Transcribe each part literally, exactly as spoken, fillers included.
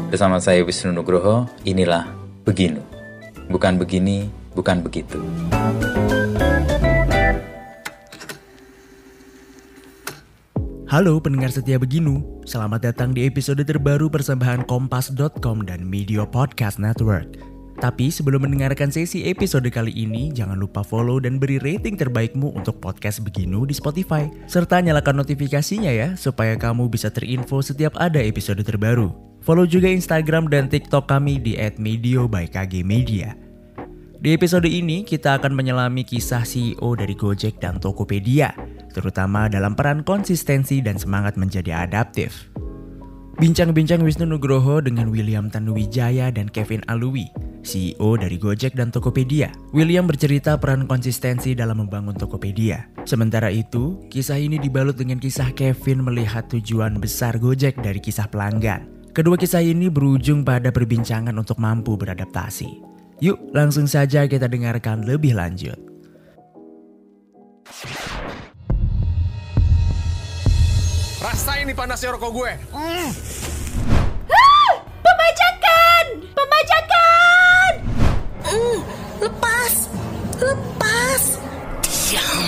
Bersama saya Wisnu Nugroho, inilah Beginu. Bukan begini, bukan begitu. Halo pendengar setia Beginu, selamat datang di episode terbaru persembahan kompas dot com dan Media Podcast Network. Tapi sebelum mendengarkan sesi episode kali ini, jangan lupa follow dan beri rating terbaikmu untuk podcast Beginu di Spotify. Serta nyalakan notifikasinya ya, supaya kamu bisa terinfo setiap ada episode terbaru. Follow juga Instagram dan TikTok kami di et medio by k g media. Di episode ini, kita akan menyelami kisah C E O dari Gojek dan Tokopedia, terutama dalam peran konsistensi dan semangat menjadi adaptif. Bincang-bincang Wisnu Nugroho dengan William Tanuwijaya dan Kevin Alui, C E O dari Gojek dan Tokopedia. William bercerita peran konsistensi dalam membangun Tokopedia. Sementara itu, kisah ini dibalut dengan kisah Kevin melihat tujuan besar Gojek dari kisah pelanggan. Kedua kisah ini berujung pada perbincangan untuk mampu beradaptasi. Yuk, langsung saja kita dengarkan lebih lanjut. Rasain nih panasnya rokok gue. Mm. Ah, pembajakan! Pembajakan! Mm, lepas! Lepas! Diam!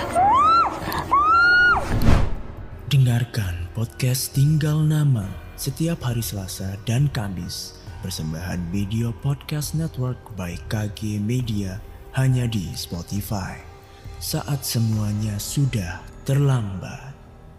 Dengarkan podcast Tinggal Nama setiap hari Selasa dan Kamis. Persembahan Media Podcast Network by K G Media hanya di Spotify. Saat semuanya sudah terlambat.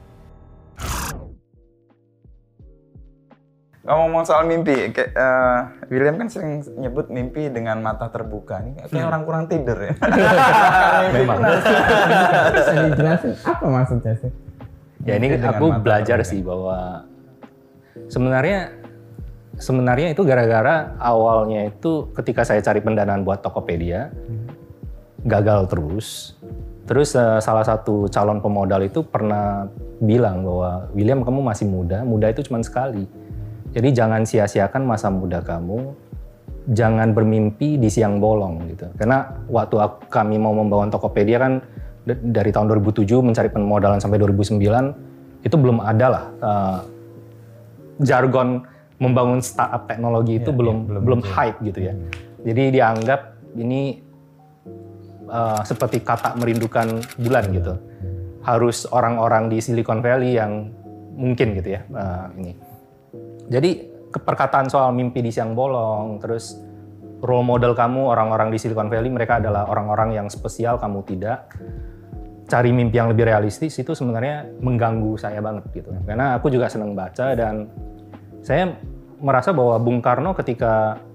Ngomong soal mimpi, kayak, uh, William kan sering nyebut mimpi dengan mata terbuka. Ini kayak hmm. orang kurang tidur ya. Memang. Bisa dijelasin apa maksudnya sih? Ya ini aku belajar terbuka. Sih bahwa sebenarnya sebenarnya itu gara-gara awalnya itu ketika saya cari pendanaan buat Tokopedia hmm. gagal terus. Terus uh, salah satu calon pemodal itu pernah bilang bahwa William, kamu masih muda, muda itu cuma sekali. Jadi jangan sia-siakan masa muda kamu, jangan bermimpi di siang bolong gitu. Karena waktu aku, kami mau membangun Tokopedia kan d- dari tahun dua ribu tujuh mencari pemodalan sampai dua ribu sembilan, itu belum ada lah uh, jargon membangun startup teknologi itu ya, belum ya, belum, belum hype gitu ya. Jadi dianggap ini uh, seperti kata merindukan bulan gitu. Harus orang-orang di Silicon Valley yang mungkin gitu ya uh, ini. Jadi perkataan soal mimpi di siang bolong, terus role model kamu orang-orang di Silicon Valley mereka adalah orang-orang yang spesial, kamu tidak. Cari mimpi yang lebih realistis itu sebenarnya mengganggu saya banget gitu. Karena aku juga senang baca dan saya merasa bahwa Bung Karno ketika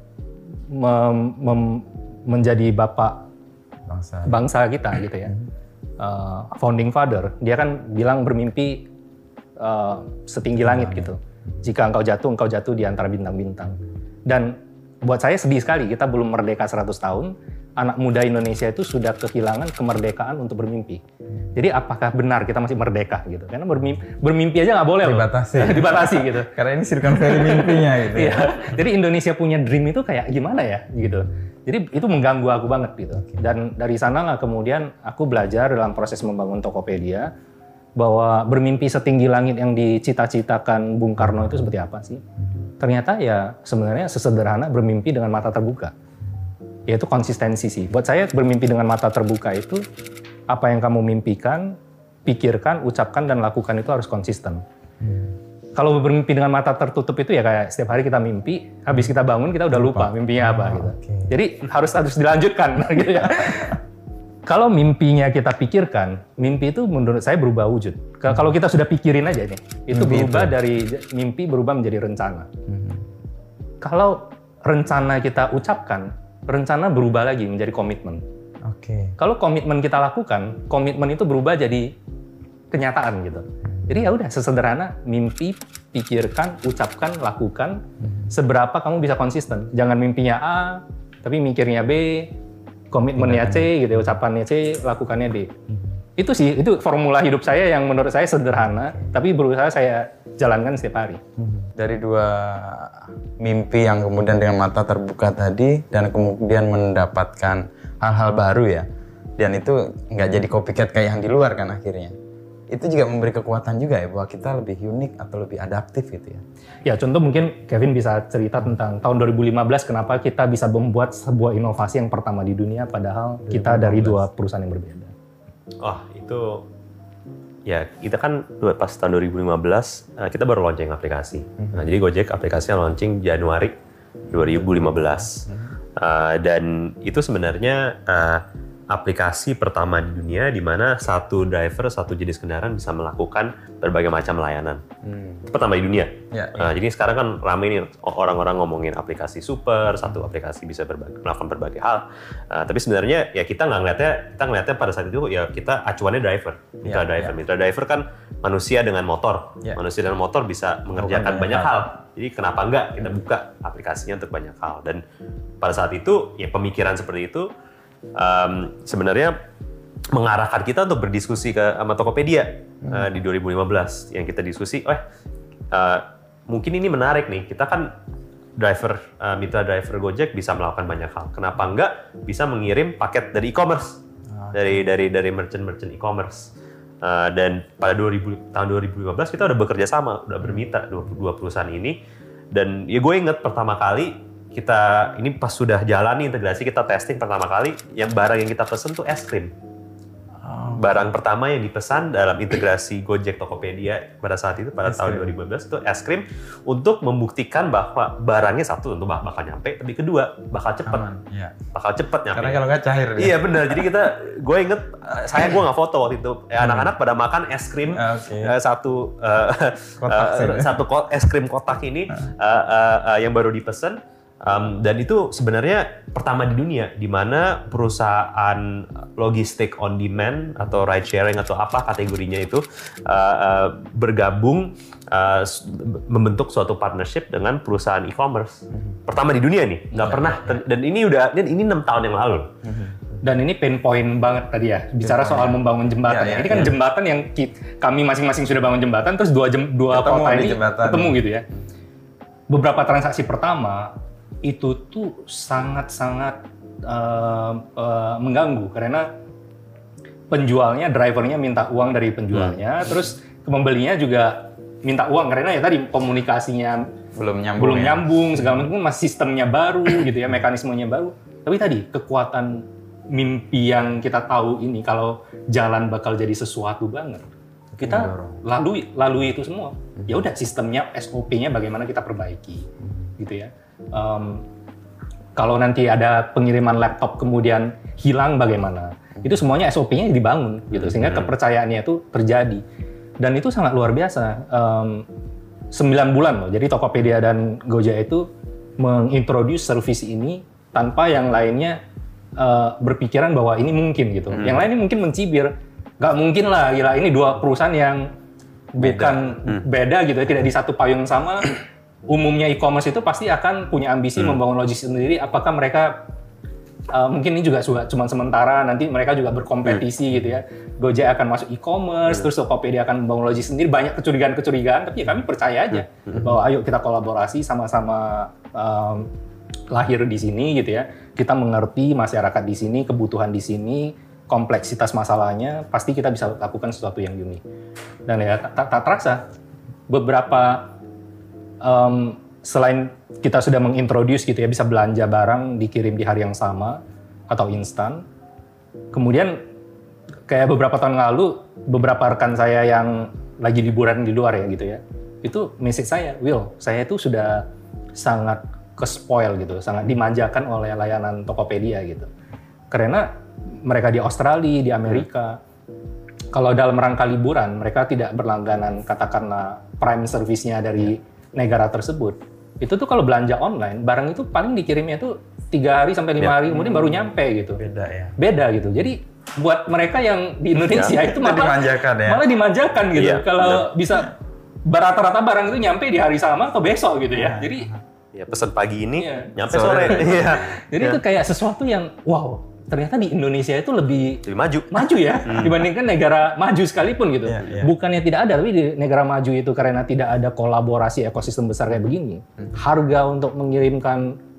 mem- mem- menjadi bapak bangsa, bangsa kita gitu ya, uh, founding father, dia kan bilang bermimpi uh, setinggi langit gitu. Jika engkau jatuh, engkau jatuh di antara bintang-bintang. Dan buat saya sedih sekali, kita belum merdeka seratus tahun, anak muda Indonesia itu sudah kehilangan kemerdekaan untuk bermimpi. Jadi apakah benar kita masih merdeka gitu? Karena bermimpi, bermimpi aja nggak boleh loh. Dibatasi. Dibatasi gitu. Karena ini Silicon Valley mimpinya gitu. Iya. Jadi Indonesia punya dream itu kayak gimana ya gitu. Jadi itu mengganggu aku banget gitu. Dan dari sana lah kemudian aku belajar dalam proses membangun Tokopedia, bahwa bermimpi setinggi langit yang dicita-citakan Bung Karno itu seperti apa sih? Ternyata ya sebenarnya sesederhana bermimpi dengan mata terbuka. Yaitu konsistensi sih. Buat saya bermimpi dengan mata terbuka itu apa yang kamu mimpikan, pikirkan, ucapkan, dan lakukan itu harus konsisten. Hmm. Kalau bermimpi dengan mata tertutup itu ya kayak setiap hari kita mimpi, habis kita bangun kita udah lupa, lupa mimpinya apa gitu. Okay. Jadi harus harus dilanjutkan gitu ya. Kalau mimpinya kita pikirkan, mimpi itu menurut saya berubah wujud. Hmm. Kalau kita sudah pikirin aja nih, itu mimpi berubah itu. Dari mimpi berubah menjadi rencana. Hmm. Kalau rencana kita ucapkan, rencana berubah lagi menjadi komitmen. Oke. Okay. Kalau komitmen kita lakukan, komitmen itu berubah jadi kenyataan gitu. Jadi ya udah sesederhana mimpi, pikirkan, ucapkan, lakukan. Hmm. Seberapa kamu bisa konsisten. Jangan mimpinya A, tapi mikirnya B. Komitmennya C gitu ya, ucapannya C, lakukannya D. Hmm. Itu sih, itu formula hidup saya yang menurut saya sederhana, okay. tapi berusaha saya jalankan setiap hari. Hmm. Dari dua mimpi yang kemudian dengan mata terbuka tadi, dan kemudian mendapatkan hal-hal baru ya, dan itu nggak jadi copycat kayak yang di luar kan akhirnya. itu juga memberi kekuatan juga ya bahwa kita lebih unik atau lebih adaptif gitu ya. Ya contoh mungkin Kevin bisa cerita tentang tahun dua ribu lima belas kenapa kita bisa membuat sebuah inovasi yang pertama di dunia padahal kita dari dua perusahaan yang berbeda. Oh itu ya kita kan pas tahun dua ribu lima belas kita baru launching aplikasi. Nah, jadi Gojek aplikasinya launching Januari dua ribu lima belas uh, dan itu sebenarnya uh, aplikasi pertama di dunia di mana satu driver, satu jenis kendaraan bisa melakukan berbagai macam layanan. Hmm. Itu pertama di dunia. Ya, uh, ya. Jadi sekarang kan ramai nih orang-orang ngomongin aplikasi super, satu aplikasi bisa berbagai, melakukan berbagai hal. Uh, tapi sebenarnya ya kita nggak ngeliatnya, kita ngeliatnya pada saat itu ya kita acuannya driver, mitra ya, driver. ya. Mitra driver kan manusia dengan motor. Ya. Manusia dengan motor bisa mengerjakan banyak banyak hal. hal. Jadi kenapa enggak kita buka aplikasinya untuk banyak hal. Dan pada saat itu ya pemikiran seperti itu Um, sebenarnya mengarahkan kita untuk berdiskusi ke sama Tokopedia hmm. uh, di dua ribu lima belas yang kita diskusi, eh uh, mungkin ini menarik nih, kita kan driver uh, mitra driver Gojek bisa melakukan banyak hal, kenapa enggak bisa mengirim paket dari e-commerce, okay. dari dari dari merchant-merchant e-commerce. Uh, dan pada dua ribu, tahun dua ribu lima belas kita udah bekerja sama, udah bermitra dua puluh dua perusahaan ini, dan ya gue inget pertama kali kita ini pas sudah jalan integrasi, kita testing pertama kali, yang barang yang kita pesen tuh es krim. Oh. Barang pertama yang dipesan dalam integrasi Gojek Tokopedia pada saat itu, pada es tahun krim. dua ribu lima belas itu es krim untuk membuktikan bahwa barangnya satu tentu bakal nyampe, tapi kedua bakal cepet, ya. bakal cepet nyampe. Karena kalau nggak cair. Ya? Iya benar. Jadi kita, gue inget, saya gue nggak foto waktu itu. Eh, anak-anak pada makan es krim okay. uh, satu uh, kotak uh, satu ko- es krim kotak ini uh, uh, uh, yang baru dipesen. Um, dan itu sebenarnya pertama di dunia di mana perusahaan logistik on demand atau ride sharing atau apa kategorinya itu uh, uh, bergabung uh, membentuk suatu partnership dengan perusahaan e-commerce. Mm-hmm. Pertama di dunia nih, nggak ya, pernah ter- dan ini udah dan ini enam tahun yang lalu. Mm-hmm. Dan ini pain point banget tadi ya, bicara ya, soal ya. membangun jembatan. Ya, ya, ini kan ya. jembatan yang kita, kami masing-masing sudah bangun jembatan, terus dua jem, dua ketemu kota ini jembatan. ketemu gitu ya. Beberapa transaksi pertama itu tuh sangat-sangat uh, uh, mengganggu karena penjualnya, drivernya minta uang dari penjualnya, hmm. terus pembelinya juga minta uang karena ya tadi komunikasinya belum nyambung, belum ya? nyambung segala macam, masih sistemnya baru gitu ya, mekanismenya baru. Tapi tadi kekuatan mimpi yang kita tahu ini kalau jalan bakal jadi sesuatu banget, kita lalui lalui itu semua. Ya udah sistemnya, S O P-nya bagaimana kita perbaiki, gitu ya. Um, kalau nanti ada pengiriman laptop kemudian hilang bagaimana, itu semuanya S O P-nya dibangun gitu sehingga kepercayaannya itu terjadi, dan itu sangat luar biasa. Um, sembilan bulan loh, jadi Tokopedia dan Gojek itu mengintroduce service ini tanpa yang lainnya uh, berpikiran bahwa ini mungkin gitu. Hmm. Yang lainnya mungkin mencibir, nggak mungkin lah, gila ini dua perusahaan yang bukan beda, hmm. beda gitu ya, tidak di satu payung sama. Umumnya e-commerce itu pasti akan punya ambisi hmm. membangun logistik sendiri. Apakah mereka uh, mungkin ini juga cuma sementara, nanti mereka juga berkompetisi hmm. gitu ya. Gojek akan masuk e-commerce, hmm. terus Tokopedia akan membangun logistik sendiri. Banyak kecurigaan-kecurigaan, tapi ya kami percaya aja hmm. bahwa ayo kita kolaborasi sama-sama um, lahir di sini gitu ya. Kita mengerti masyarakat di sini, kebutuhan di sini, kompleksitas masalahnya, pasti kita bisa lakukan sesuatu yang unik. Dan ya tak, tak terasa beberapa Um, selain kita sudah mengintroduce gitu ya, bisa belanja barang dikirim di hari yang sama atau instan. Kemudian kayak beberapa tahun lalu, beberapa rekan saya yang lagi liburan di luar ya gitu ya, itu message saya, Will, saya itu sudah sangat ke-spoil gitu, sangat dimanjakan oleh layanan Tokopedia gitu. Karena mereka di Australia, di Amerika, kalau dalam rangka liburan, mereka tidak berlangganan katakanlah prime service-nya dari negara tersebut. Itu tuh kalau belanja online, barang itu paling dikirimnya tuh tiga hari sampai lima hari, kemudian baru nyampe gitu. Beda ya. Beda gitu. Jadi buat mereka yang di Indonesia ya, itu malah dimanjakan ya. Malah dimanjakan gitu. Ya, kalau bener. Bisa rata-rata barang itu nyampe di hari sama atau besok gitu ya. Jadi ya pesan pagi ini ya. Nyampe sore. Iya. Jadi ya. Itu kayak sesuatu yang wow. Ternyata di Indonesia itu lebih, lebih maju, maju ya hmm. dibandingkan negara maju sekalipun gitu. Yeah, yeah. Bukannya tidak ada, tapi di negara maju itu karena tidak ada kolaborasi ekosistem besar kayak begini, hmm. harga untuk mengirimkan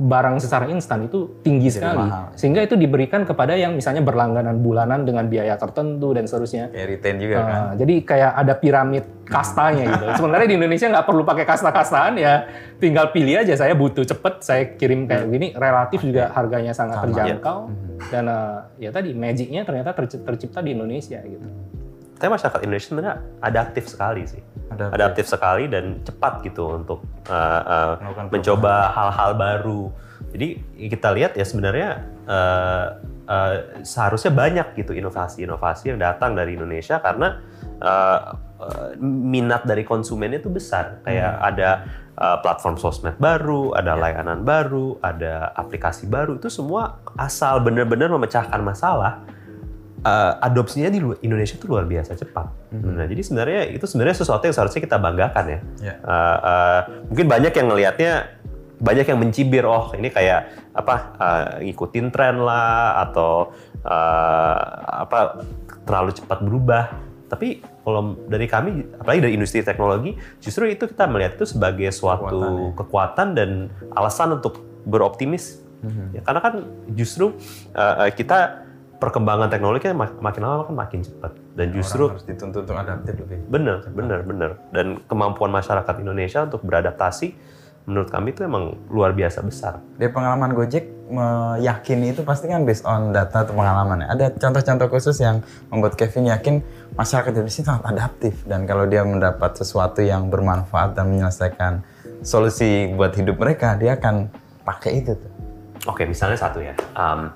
barang secara instan itu tinggi Jadi sekali. mahal. Sehingga itu diberikan kepada yang misalnya berlangganan bulanan dengan biaya tertentu dan seterusnya. Kayak retain juga Uh, kan. Jadi kayak ada piramid kastanya gitu. Sebenarnya di Indonesia nggak perlu pakai kasta-kastaan ya, tinggal pilih aja saya butuh cepet, saya kirim kayak gini, relatif juga harganya sangat Sama. terjangkau dan uh, ya tadi magicnya ternyata terci- tercipta di Indonesia gitu. Tapi masyarakat Indonesia sebenarnya adaptif sekali sih, Adaptif. adaptif sekali dan cepat gitu untuk uh, uh, Melakukan mencoba hal-hal baru. Jadi kita lihat ya sebenarnya uh, uh, seharusnya banyak gitu inovasi-inovasi yang datang dari Indonesia karena uh, uh, minat dari konsumennya itu besar. Kayak Hmm. ada uh, platform sosmed baru, ada layanan baru, ada aplikasi baru. Itu semua asal benar-benar memecahkan masalah. Uh, adopsinya di lu- Indonesia itu luar biasa cepat. Nah, jadi sebenarnya itu sebenarnya sesuatu yang seharusnya kita banggakan ya. Ya. Uh, uh, mungkin banyak yang ngelihatnya, banyak yang mencibir, oh ini kayak apa uh, ngikutin tren lah atau uh, apa terlalu cepat berubah. Tapi kalau dari kami, apalagi dari industri teknologi, justru itu kita melihat itu sebagai suatu kekuatan dan alasan untuk beroptimis. Ya, karena kan justru uh, uh, kita perkembangan teknologi kan mak- makin lama kan makin cepat dan justru Orang harus dituntut untuk adaptif lebih. benar, benar, benar. Dan kemampuan masyarakat Indonesia untuk beradaptasi menurut kami itu emang luar biasa besar. Dari pengalaman Gojek meyakini itu pasti kan based on data atau pengalaman ya. Ada contoh-contoh khusus yang membuat Kevin yakin masyarakat Indonesia sangat adaptif dan kalau dia mendapat sesuatu yang bermanfaat dan menyelesaikan solusi buat hidup mereka, dia akan pakai itu tuh. Oke, misalnya satu ya. Um,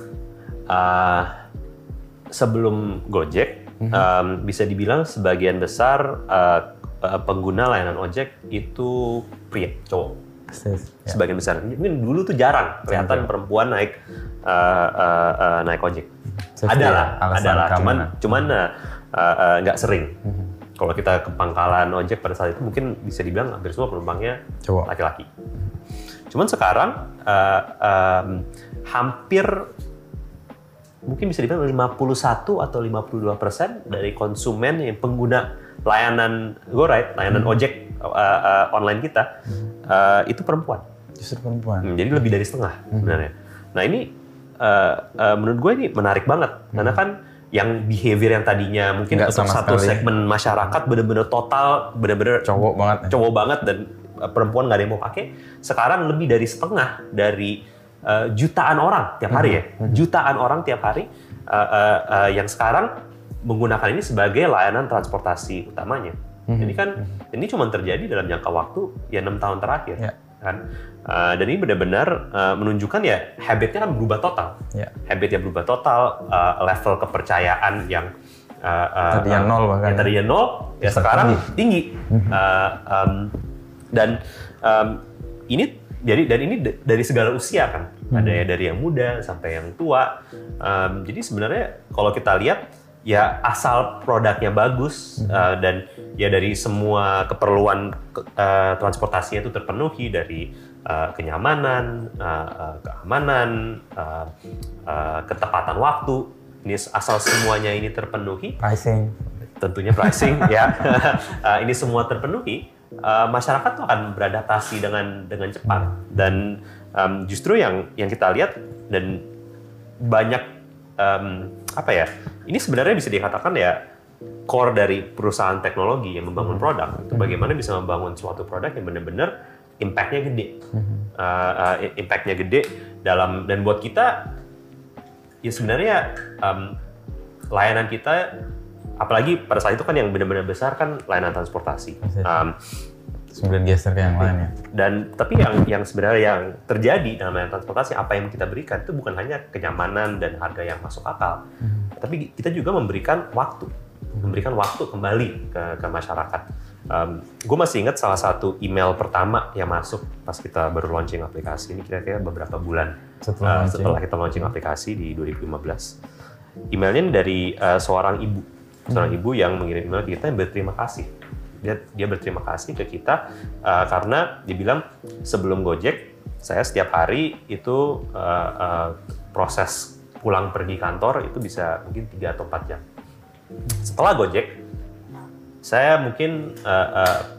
uh, sebelum Gojek, um, bisa dibilang sebagian besar uh, uh, pengguna layanan ojek itu pria, cowok. Persis. Ya. Sebagian besar. Mungkin dulu tuh jarang kelihatan perempuan naik uh, uh, uh, naik ojek. Safety Ada ya, lah, alasan ada lah. Cuman keamanan. cuman uh, uh, nggak sering. Kalau kita ke pangkalan ojek pada saat itu mungkin bisa dibilang hampir semua penumpangnya Cowok. laki-laki. Cuman sekarang uh, um, hampir mungkin bisa dibilang lima puluh satu atau lima puluh dua persen dari konsumen yang pengguna layanan GoRide, layanan ojek uh, uh, online kita, uh, itu perempuan. Justru perempuan. Hmm, jadi lebih dari setengah sebenarnya. Nah ini uh, uh, menurut gue ini menarik banget karena kan yang behavior yang tadinya mungkin Nggak untuk sama satu sekali. segmen masyarakat benar-benar total, benar-benar Cowok banget ya. cowok banget dan uh, perempuan nggak ada yang mau pakai. Sekarang lebih dari setengah dari uh, jutaan orang tiap hari ya, jutaan orang tiap hari uh, uh, uh, yang sekarang menggunakan ini sebagai layanan transportasi utamanya. Jadi kan ini cuma terjadi dalam jangka waktu ya enam tahun terakhir. Ya. Kan? Uh, dan ini benar-benar uh, menunjukkan ya habitnya kan berubah total. Ya. Habitnya berubah total, uh, level kepercayaan yang uh, uh, Tadinya uh, nol bahkan yang ya. tadinya nol ya Bisa sekarang tinggi. tinggi. Uh, um, dan um, ini jadi dan ini d- dari segala usia kan. Ada ya dari yang muda sampai yang tua. Um, jadi sebenarnya kalau kita lihat ya asal produknya bagus uh, dan ya dari semua keperluan ke- uh, transportasinya itu terpenuhi dari uh, kenyamanan, uh, uh, keamanan, uh, uh, ketepatan waktu. Ini asal semuanya ini terpenuhi, Pricing. tentunya pricing ya. Uh, ini semua terpenuhi, uh, masyarakat tuh akan beradaptasi dengan dengan cepat dan um, justru yang yang kita lihat dan banyak um, apa ya? Ini sebenarnya bisa dikatakan ya core dari perusahaan teknologi yang membangun produk itu bagaimana bisa membangun suatu produk yang benar-benar impact-nya gede, uh, uh, impact-nya gede dalam dan buat kita ya sebenarnya um, layanan kita apalagi pada saat itu kan yang benar-benar besar kan layanan transportasi. Um, Kemudian geser ke yang lain ya. dan tapi yang yang sebenarnya yang terjadi dalam layanan transportasi apa yang kita berikan itu bukan hanya kenyamanan dan harga yang masuk akal, tapi kita juga memberikan waktu, memberikan waktu kembali ke, ke masyarakat. Um, gue masih ingat salah satu email pertama yang masuk pas kita baru launching aplikasi ini kira-kira beberapa bulan Setelah uh, launching. setelah kita launching aplikasi di dua ribu lima belas. Emailnya dari uh, seorang ibu, seorang ibu yang mengirim email ke kita yang berterima kasih. Dia, dia berterima kasih ke kita uh, karena dia bilang sebelum Gojek saya setiap hari itu uh, uh, proses pulang pergi kantor itu bisa mungkin tiga atau empat jam. Setelah Gojek saya mungkin uh, uh,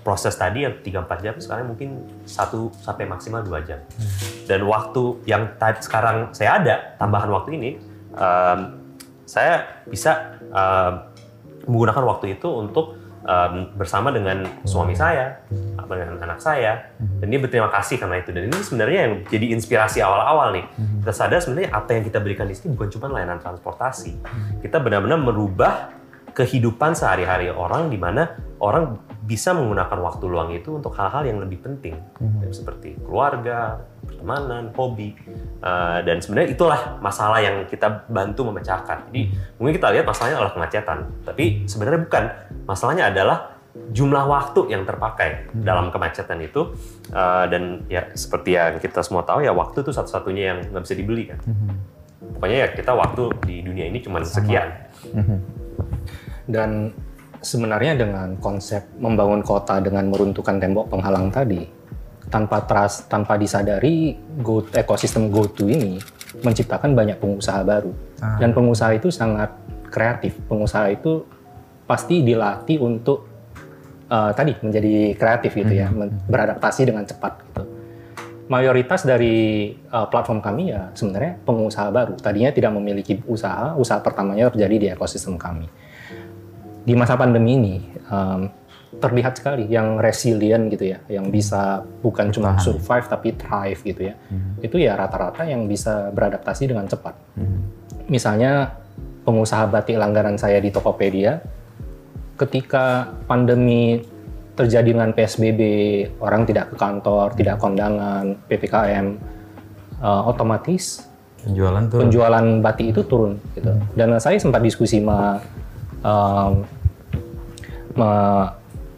proses tadi yang tiga sampai empat jam sekarang mungkin satu sampai maksimal dua jam. Dan waktu yang tadi sekarang saya ada, tambahan waktu ini, um, saya bisa um, menggunakan waktu itu untuk um, bersama dengan suami saya, dengan anak saya, dan dia berterima kasih karena itu. Dan ini sebenarnya yang jadi inspirasi awal-awal nih. Kita sadar sebenarnya apa yang kita berikan di sini bukan cuma layanan transportasi. Kita benar-benar merubah kehidupan sehari-hari orang, di mana orang bisa menggunakan waktu luang itu untuk hal-hal yang lebih penting, hmm. seperti keluarga, pertemanan, hobi, uh, dan sebenarnya itulah masalah yang kita bantu memecahkan. Jadi mungkin kita lihat masalahnya adalah kemacetan, tapi sebenarnya bukan. Masalahnya adalah jumlah waktu yang terpakai hmm. dalam kemacetan itu, uh, dan ya seperti yang kita semua tahu ya, waktu itu satu-satunya yang nggak bisa dibeli kan. Hmm. Pokoknya ya kita waktu di dunia ini cuma sekian. Hmm. Dan sebenarnya dengan konsep membangun kota dengan meruntuhkan tembok penghalang tadi, tanpa trust, tanpa disadari, go, ekosistem GoTo ini menciptakan banyak pengusaha baru. Ah. Dan pengusaha itu sangat kreatif. Pengusaha itu pasti dilatih untuk uh, tadi menjadi kreatif gitu ya, hmm. beradaptasi dengan cepat gitu. Mayoritas dari uh, platform kami ya sebenarnya pengusaha baru. Tadinya tidak memiliki usaha, usaha pertamanya terjadi di ekosistem kami. Di masa pandemi ini um, terlihat sekali yang resilient gitu ya, yang bisa bukan cuma survive tapi thrive gitu ya. Hmm. Itu ya rata-rata yang bisa beradaptasi dengan cepat. Hmm. Misalnya pengusaha batik langganan saya di Tokopedia, ketika pandemi terjadi dengan P S B B, orang tidak ke kantor, tidak kondangan, P P K M, uh, otomatis penjualan turun. penjualan batik itu turun gitu. Hmm. Dan saya sempat diskusi sama um, ma,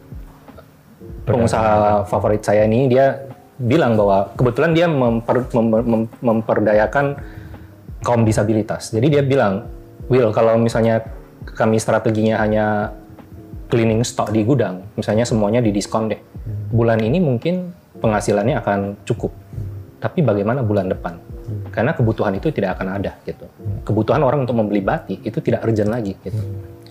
pengusaha favorit saya ini, dia bilang bahwa kebetulan dia memper, mem, mem, memperdayakan kaum disabilitas. Jadi dia bilang, Will, kalau misalnya kami strateginya hanya cleaning stock di gudang, misalnya semuanya didiskon deh. Bulan ini mungkin penghasilannya akan cukup. Tapi bagaimana bulan depan? Karena kebutuhan itu tidak akan ada gitu. Kebutuhan orang untuk membeli batik itu tidak urgent lagi gitu.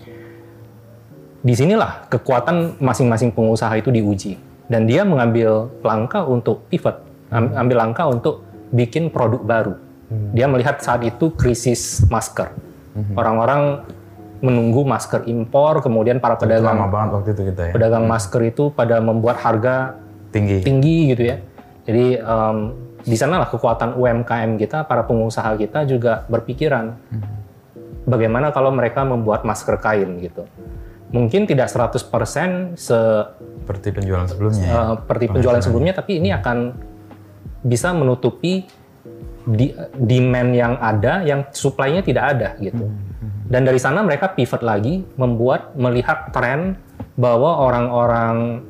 Disinilah kekuatan masing-masing pengusaha itu diuji. Dan dia mengambil langkah untuk pivot, ambil langkah untuk bikin produk baru. Dia melihat saat itu krisis masker. Orang-orang menunggu masker impor, kemudian para pedagang lama banget waktu itu kita ya. Pedagang masker itu pada membuat harga tinggi, tinggi gitu ya. Jadi um, di sanalah kekuatan U M K M kita, para pengusaha kita juga berpikiran bagaimana kalau mereka membuat masker kain gitu. Mungkin tidak seratus persen seperti penjualan sebelumnya. Uh, seperti penjualan sebelumnya, tapi ini akan bisa menutupi di, demand yang ada, yang supply-nya tidak ada gitu. Dan dari sana mereka pivot lagi, membuat melihat tren bahwa orang-orang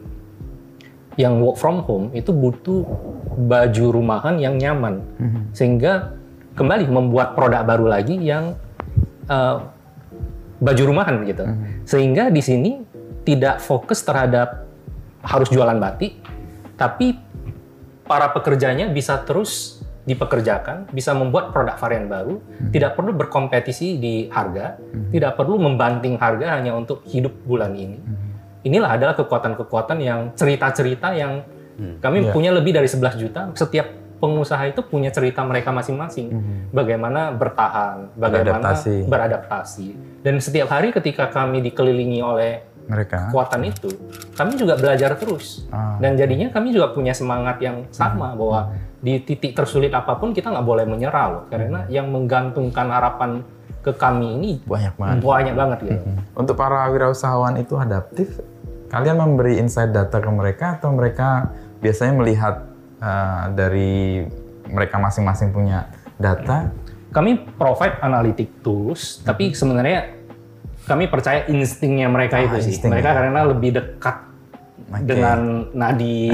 yang work from home itu butuh baju rumahan yang nyaman, sehingga kembali membuat produk baru lagi yang uh, baju rumahan gitu. Sehingga di sini tidak fokus terhadap harus jualan batik, tapi para pekerjanya bisa terus dipekerjakan, bisa membuat produk varian baru, hmm. tidak perlu berkompetisi di harga, hmm. tidak perlu membanting harga hanya untuk hidup bulan ini. Hmm. Inilah adalah kekuatan-kekuatan yang cerita-cerita yang hmm. kami yeah. punya lebih dari sebelas juta. Setiap pengusaha itu punya cerita mereka masing-masing. Hmm. Bagaimana bertahan, bagaimana beradaptasi. beradaptasi. Dan setiap hari ketika kami dikelilingi oleh mereka kekuatan itu, kami juga belajar terus. Ah. Dan jadinya kami juga punya semangat yang sama, hmm. bahwa di titik tersulit apapun kita nggak boleh menyerah loh, karena hmm. yang menggantungkan harapan ke kami ini banyak banget. Banyak banget gitu. Hmm. Untuk para wirausahawan itu adaptif, kalian memberi insight data ke mereka atau mereka biasanya melihat uh, dari mereka masing-masing punya data? Kami provide analytic tools, hmm. tapi sebenarnya kami percaya instingnya mereka ah, itu sih. Mereka ya. Karena lebih dekat okay. dengan nadi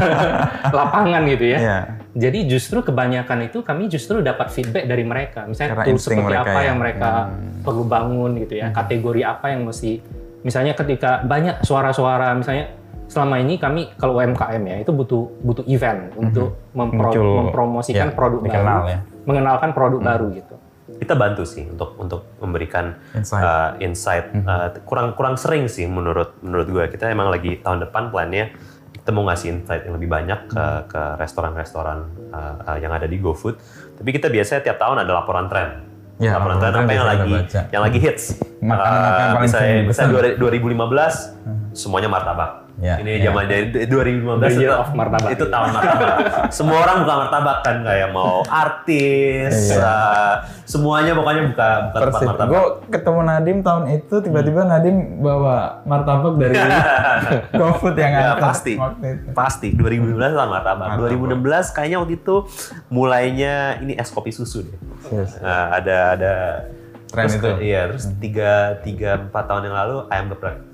lapangan gitu ya. Yeah. Jadi justru kebanyakan itu kami justru dapat feedback dari mereka. Misalnya karena tools seperti apa ya. yang mereka hmm. perlu bangun gitu ya. Hmm. Kategori apa yang mesti. Misalnya ketika banyak suara-suara, misalnya selama ini kami kalau U M K M ya itu butuh butuh event hmm. untuk mempro- mempromosikan ya, produk dikenal, baru, ya. mengenalkan produk hmm. baru gitu. kita bantu sih untuk untuk memberikan Insight. uh, insight. Uh, kurang kurang sering sih menurut menurut gue. Kita emang lagi tahun depan plannya kita mau ngasih insight yang lebih banyak ke ke restoran-restoran uh, uh, yang ada di GoFood. Tapi kita biasanya tiap tahun ada laporan tren. Ya, laporan tren apa yang lagi yang lagi hits. Makanan apa yang Uh, paling misalnya sering misalnya dipesan? dua ribu lima belas semuanya martabak. Ya, Ini ya. zaman dari dua ribu lima belas The year itu, of martabak. itu tahun martabak. Semua orang buka martabak kan, kayak mau artis, Iya. uh, semuanya pokoknya buka buka tempat Persis. martabak. Gue ketemu Nadim tahun itu, tiba-tiba Nadim bawa martabak dari GoFood yang Ya, angkat pasti, waktu itu. pasti. dua ribu lima belas tahun martabak. Martabak. dua ribu enam belas kayaknya waktu itu mulainya ini es kopi susu deh. Yes. Nah, ada ada Tren terus itu. ke- Iya, terus tiga tiga empat tahun yang lalu ayam geprek.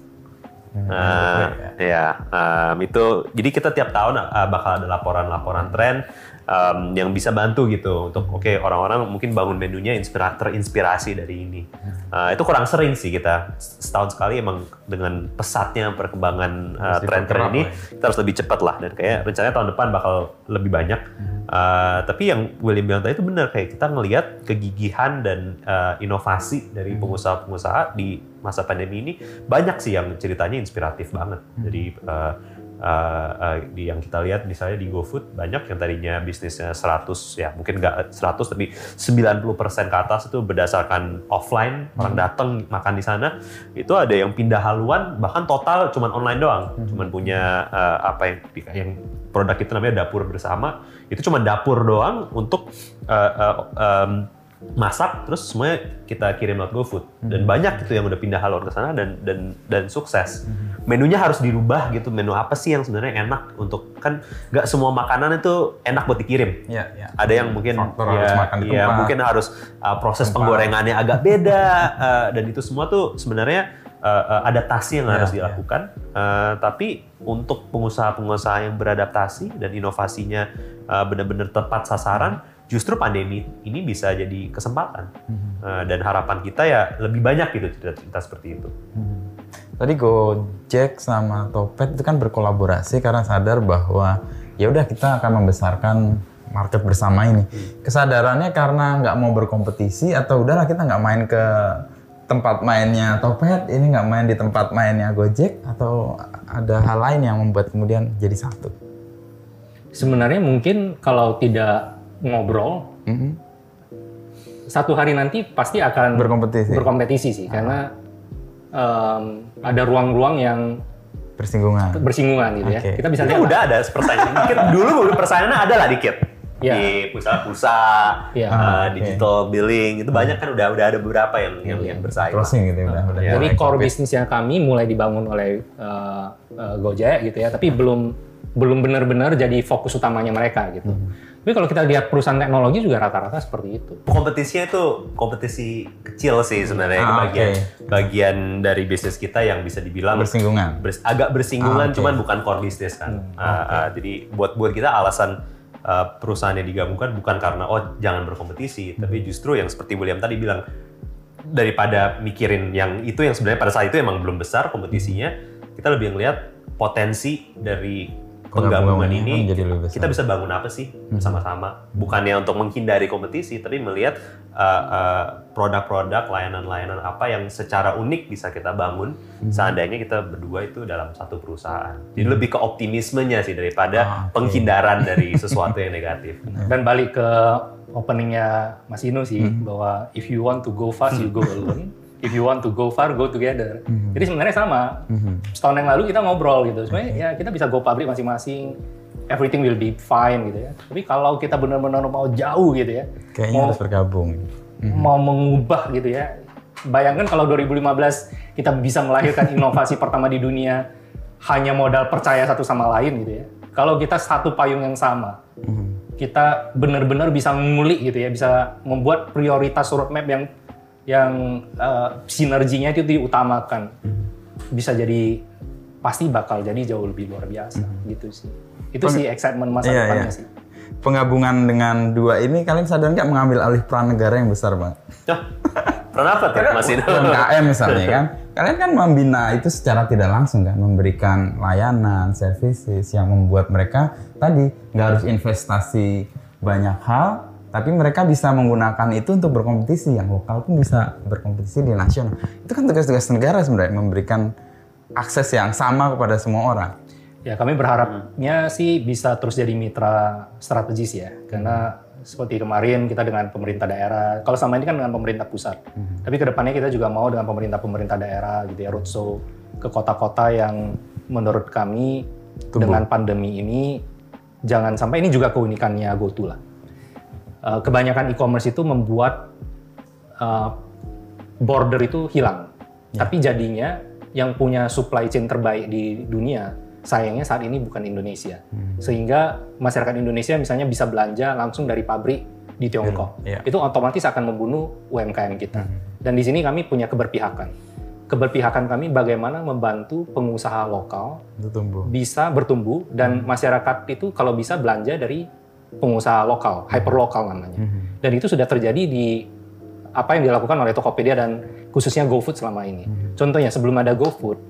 Nah, ya, um, itu jadi kita tiap tahun uh, bakal ada laporan-laporan tren um, yang bisa bantu gitu untuk oke orang-orang mungkin bangun menunya inspira terinspirasi dari ini. Uh, itu kurang sering sih kita setahun sekali emang dengan pesatnya perkembangan uh, tren-tren ini kita harus lebih cepat lah dan kayak rencananya tahun depan bakal lebih banyak. Uh, tapi yang William bilang tadi itu benar kayak kita ngelihat kegigihan dan uh, inovasi dari pengusaha-pengusaha di masa pandemi ini banyak sih yang ceritanya inspiratif banget. Jadi uh, uh, uh, di yang kita lihat misalnya di GoFood banyak yang tadinya bisnisnya seratus ya mungkin nggak seratus tapi sembilan puluh persen ke atas itu berdasarkan offline orang datang makan di sana itu ada yang pindah haluan bahkan total cuman online doang cuman punya uh, apa yang yang produk itu namanya dapur bersama itu cuma dapur doang untuk uh, uh, um, masak terus semuanya kita kirim lewat GoFood dan banyak gitu yang udah pindah haluan ke sana dan dan dan sukses. Menunya harus dirubah gitu. Menu apa sih yang sebenarnya enak untuk kan nggak semua makanan itu enak buat dikirim. Iya, iya. Ada yang mungkin Faktor ya, harus makan di ya, tempat. mungkin harus uh, proses Tempat. penggorengannya agak beda uh, dan itu semua tuh sebenarnya uh, uh, adaptasi yang Ya, harus ya. dilakukan. Uh, tapi untuk pengusaha-pengusaha yang beradaptasi dan inovasinya uh, benar-benar tepat sasaran, justru pandemi ini bisa jadi kesempatan. Uh, dan harapan kita ya lebih banyak gitu cerita-cerita seperti itu. Tadi Gojek sama Topet itu kan berkolaborasi karena sadar bahwa ya udah kita akan membesarkan market bersama ini. Kesadarannya karena nggak mau berkompetisi atau udahlah kita nggak main ke tempat mainnya Topet, ini nggak main di tempat mainnya Gojek atau ada hal lain yang membuat kemudian jadi satu? Sebenarnya mungkin kalau tidak ngobrol, Mhm. satu hari nanti pasti akan Berkompetisi. berkompetisi sih, karena em, ada ruang-ruang yang Bersinggungan. bersinggungan gitu ya. Oke. Kita bisa Itu lihat. udah ada persaingan dikit. Dulu persaingannya ada lah dikit. Ya. Di pulsa-pulsa, Ya. uh, Ah, oke. digital billing, itu banyak kan udah udah ada beberapa yang yang, yang bersaing. Crossing gitu udah. udah Jadi mulai core compete. bisnisnya kami mulai dibangun oleh uh, uh, Gojek gitu ya, tapi belum belum benar-benar jadi fokus utamanya mereka gitu. Tapi kalau kita lihat perusahaan teknologi juga rata-rata seperti itu. Kompetisinya itu kompetisi kecil sih sebenarnya itu Ah, bagian oke. bagian dari bisnis kita yang bisa dibilang Bersinggungan. bers- agak bersinggungan Ah, oke. cuman bukan core bisnis kan. Ah, ah, jadi buat buat kita alasan uh, perusahaan yang digabungkan bukan karena oh jangan berkompetisi, tapi justru yang seperti William tadi bilang daripada mikirin yang itu yang sebenarnya pada saat itu emang belum besar kompetisinya, kita lebih ngelihat potensi dari penggabungan Penggabungannya ini kan menjadi lebih besar. kita bisa bangun apa sih bersama-sama, bukannya untuk menghindari kompetisi tapi melihat uh, uh, produk-produk layanan-layanan apa yang secara unik bisa kita bangun seandainya kita berdua itu dalam satu perusahaan. Jadi lebih ke optimismenya sih daripada Ah, oke. penghindaran dari sesuatu yang negatif. Dan balik ke openingnya Mas Inu sih, bahwa if you want to go fast, you go alone. If you want to go far, go together. Jadi sebenarnya sama. Setahun yang lalu kita ngobrol gitu. Sebenarnya ya kita bisa go public masing-masing. Everything will be fine gitu ya. Tapi kalau kita benar-benar mau jauh gitu ya, Kayaknya mau, harus bergabung. mau mengubah gitu ya. Bayangkan kalau dua ribu lima belas kita bisa melahirkan inovasi pertama di dunia hanya modal percaya satu sama lain gitu ya. Kalau kita satu payung yang sama, kita benar-benar bisa ngulik gitu ya, bisa membuat prioritas roadmap yang yang uh, sinerginya itu diutamakan, bisa jadi pasti bakal jadi jauh lebih luar biasa gitu sih. Itu sih excitement masa Iya, depannya iya. sih. Penggabungan dengan dua ini, kalian sadar nggak mengambil alih peran negara yang besar, Bang? Nah, peran apa tuh Mas Inu? U M K M misalnya kan, kalian kan membina itu secara tidak langsung kan, memberikan layanan, services yang membuat mereka tadi nggak harus investasi banyak hal, Tapi mereka bisa menggunakan itu untuk berkompetisi, yang lokal pun bisa berkompetisi di nasional. Itu kan tugas-tugas negara sebenarnya, memberikan akses yang sama kepada semua orang. Ya, kami berharapnya sih bisa terus jadi mitra strategis ya, karena seperti kemarin kita dengan pemerintah daerah, kalau sama ini kan dengan pemerintah pusat, hmm. tapi kedepannya kita juga mau dengan pemerintah-pemerintah daerah gitu ya, roadshow ke kota-kota yang menurut kami Tumbuh. Dengan pandemi ini jangan sampai, ini juga keunikannya GoTo lah. Uh, kebanyakan e-commerce itu membuat uh, border itu hilang, ya. Tapi jadinya yang punya supply chain terbaik di dunia sayangnya saat ini bukan Indonesia, hmm. sehingga masyarakat Indonesia misalnya bisa belanja langsung dari pabrik di Tiongkok, yeah. itu otomatis akan membunuh U M K M kita. Hmm. Dan di sini kami punya keberpihakan. Keberpihakan kami bagaimana membantu pengusaha lokal bertumbuh. bisa bertumbuh dan hmm. masyarakat itu kalau bisa belanja dari pengusaha lokal, hyperlokal namanya. Hmm. Dan itu sudah terjadi di apa yang dilakukan oleh Tokopedia dan khususnya GoFood selama ini. Hmm. Contohnya sebelum ada GoFood,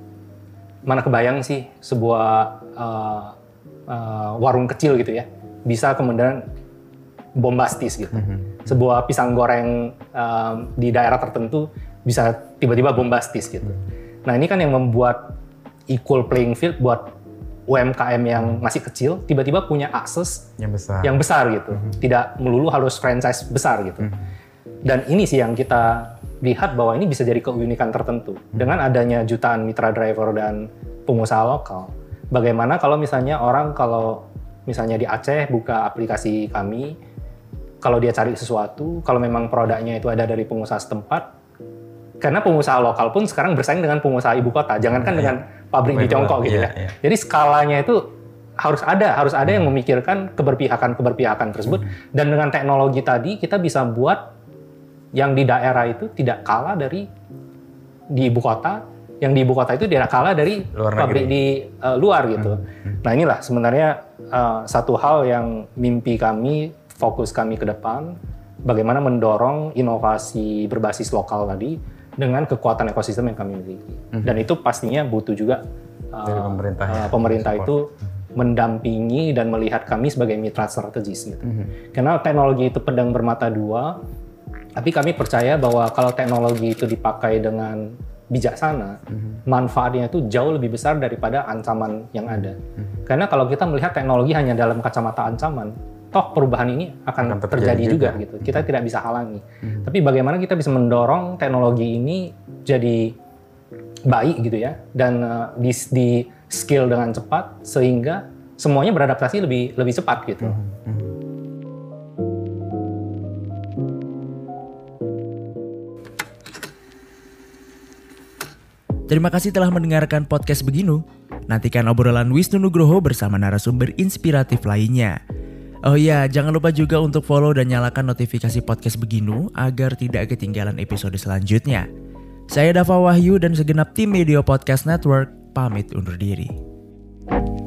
mana kebayang sih sebuah uh, uh, warung kecil gitu ya bisa kemudian bombastis gitu. Mm-hmm. Sebuah pisang goreng uh, di daerah tertentu bisa tiba-tiba bombastis gitu. Mm-hmm. Nah ini kan yang membuat equal playing field buat U M K M yang masih kecil tiba-tiba punya akses yang besar, yang besar gitu. Mm-hmm. Tidak melulu harus franchise besar gitu. Mm-hmm. Dan ini sih yang kita lihat bahwa ini bisa jadi keunikan tertentu. Dengan adanya jutaan mitra driver dan pengusaha lokal. Bagaimana kalau misalnya orang kalau misalnya di Aceh buka aplikasi kami, kalau dia cari sesuatu, kalau memang produknya itu ada dari pengusaha setempat, karena pengusaha lokal pun sekarang bersaing dengan pengusaha ibu kota, jangankan ya, dengan pabrik di Tiongkok gitu ya. ya. Jadi skalanya itu harus ada, harus ada yang memikirkan keberpihakan-keberpihakan tersebut. Hmm. Dan dengan teknologi tadi kita bisa buat yang di daerah itu tidak kalah dari di ibu kota, yang di ibu kota itu tidak kalah dari luar pabrik di uh, luar gitu. Hmm. Nah inilah sebenarnya uh, satu hal yang mimpi kami, fokus kami ke depan, bagaimana mendorong inovasi berbasis lokal tadi dengan kekuatan ekosistem yang kami miliki. Hmm. Dan itu pastinya butuh juga uh, dari pemerintah, uh, pemerintah itu mendampingi dan melihat kami sebagai mitra strategis gitu. Hmm. Karena teknologi itu pedang bermata dua. Tapi kami percaya bahwa kalau teknologi itu dipakai dengan bijaksana, mm-hmm. manfaatnya itu jauh lebih besar daripada ancaman yang ada. Mm-hmm. Karena kalau kita melihat teknologi hanya dalam kacamata ancaman, toh perubahan ini akan, akan terjadi, terjadi juga, juga gitu. Kita mm-hmm. tidak bisa halangi. Mm-hmm. Tapi bagaimana kita bisa mendorong teknologi ini jadi baik gitu ya, dan uh, di, di skill dengan cepat sehingga semuanya beradaptasi lebih lebih cepat gitu. Mm-hmm. Terima kasih telah mendengarkan podcast Beginu. Nantikan obrolan Wisnu Nugroho bersama narasumber inspiratif lainnya. Oh iya, jangan lupa juga untuk follow dan nyalakan notifikasi podcast Beginu agar tidak ketinggalan episode selanjutnya. Saya Dava Wahyu dan segenap tim Media Podcast Network pamit undur diri.